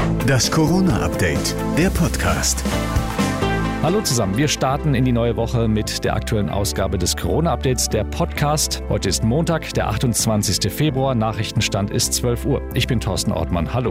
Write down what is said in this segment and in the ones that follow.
Das Corona-Update, der Podcast. Hallo zusammen, wir starten in die neue Woche mit der aktuellen Ausgabe des Corona-Updates, der Podcast. Heute ist Montag, der 28. Februar, Nachrichtenstand ist 12 Uhr. Ich bin Thorsten Ortmann, hallo.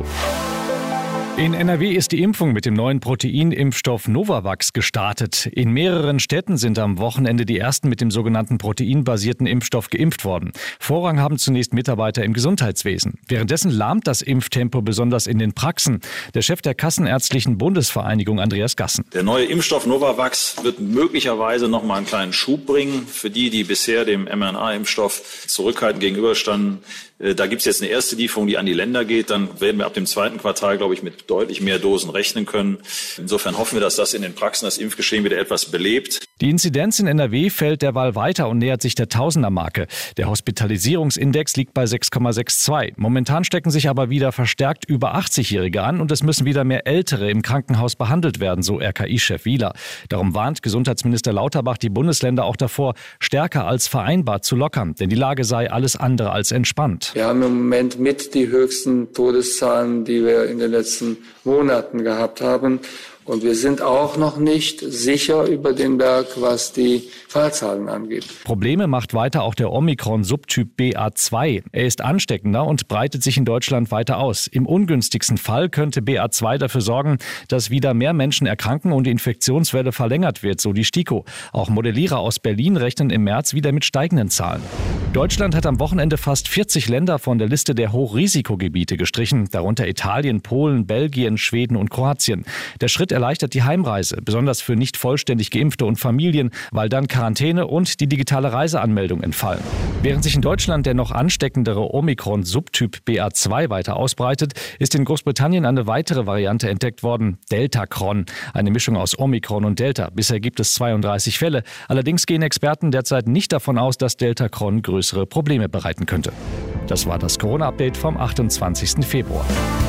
In NRW ist die Impfung mit dem neuen Proteinimpfstoff Novavax gestartet. In mehreren Städten sind am Wochenende die ersten mit dem sogenannten proteinbasierten Impfstoff geimpft worden. Vorrang haben zunächst Mitarbeiter im Gesundheitswesen. Währenddessen lahmt das Impftempo besonders in den Praxen. Der Chef der Kassenärztlichen Bundesvereinigung, Andreas Gassen. Der neue Impfstoff Novavax wird möglicherweise noch mal einen kleinen Schub bringen für die bisher dem mRNA-Impfstoff zurückhaltend gegenüberstanden. Da gibt es jetzt eine erste Lieferung, die an die Länder geht. Dann werden wir ab dem zweiten Quartal, glaube ich, mit deutlich mehr Dosen rechnen können. Insofern hoffen wir, dass das in den Praxen das Impfgeschehen wieder etwas belebt. Die Inzidenz in NRW fällt derweil weiter und nähert sich der Tausender-Marke. Der Hospitalisierungsindex liegt bei 6,62. Momentan stecken sich aber wieder verstärkt über 80-Jährige an und es müssen wieder mehr Ältere im Krankenhaus behandelt werden, so RKI-Chef Wieler. Darum warnt Gesundheitsminister Lauterbach die Bundesländer auch davor, stärker als vereinbart zu lockern, denn die Lage sei alles andere als entspannt. Wir haben im Moment mit die höchsten Todeszahlen, die wir in den letzten Monaten gehabt haben. Und wir sind auch noch nicht sicher über den Berg, was die Fallzahlen angeht. Probleme macht weiter auch der Omikron-Subtyp BA2. Er ist ansteckender und breitet sich in Deutschland weiter aus. Im ungünstigsten Fall könnte BA2 dafür sorgen, dass wieder mehr Menschen erkranken und die Infektionswelle verlängert wird, so die STIKO. Auch Modellierer aus Berlin rechnen im März wieder mit steigenden Zahlen. Deutschland hat am Wochenende fast 40 Länder von der Liste der Hochrisikogebiete gestrichen, darunter Italien, Polen, Belgien, Schweden und Kroatien. Der Schritt erleichtert die Heimreise, besonders für nicht vollständig Geimpfte und Familien, weil dann Quarantäne und die digitale Reiseanmeldung entfallen. Während sich in Deutschland der noch ansteckendere Omikron-Subtyp BA2 weiter ausbreitet, ist in Großbritannien eine weitere Variante entdeckt worden, Deltacron, eine Mischung aus Omikron und Delta. Bisher gibt es 32 Fälle. Allerdings gehen Experten derzeit nicht davon aus, dass Deltacron größere Probleme bereiten könnte. Das war das Corona-Update vom 28. Februar.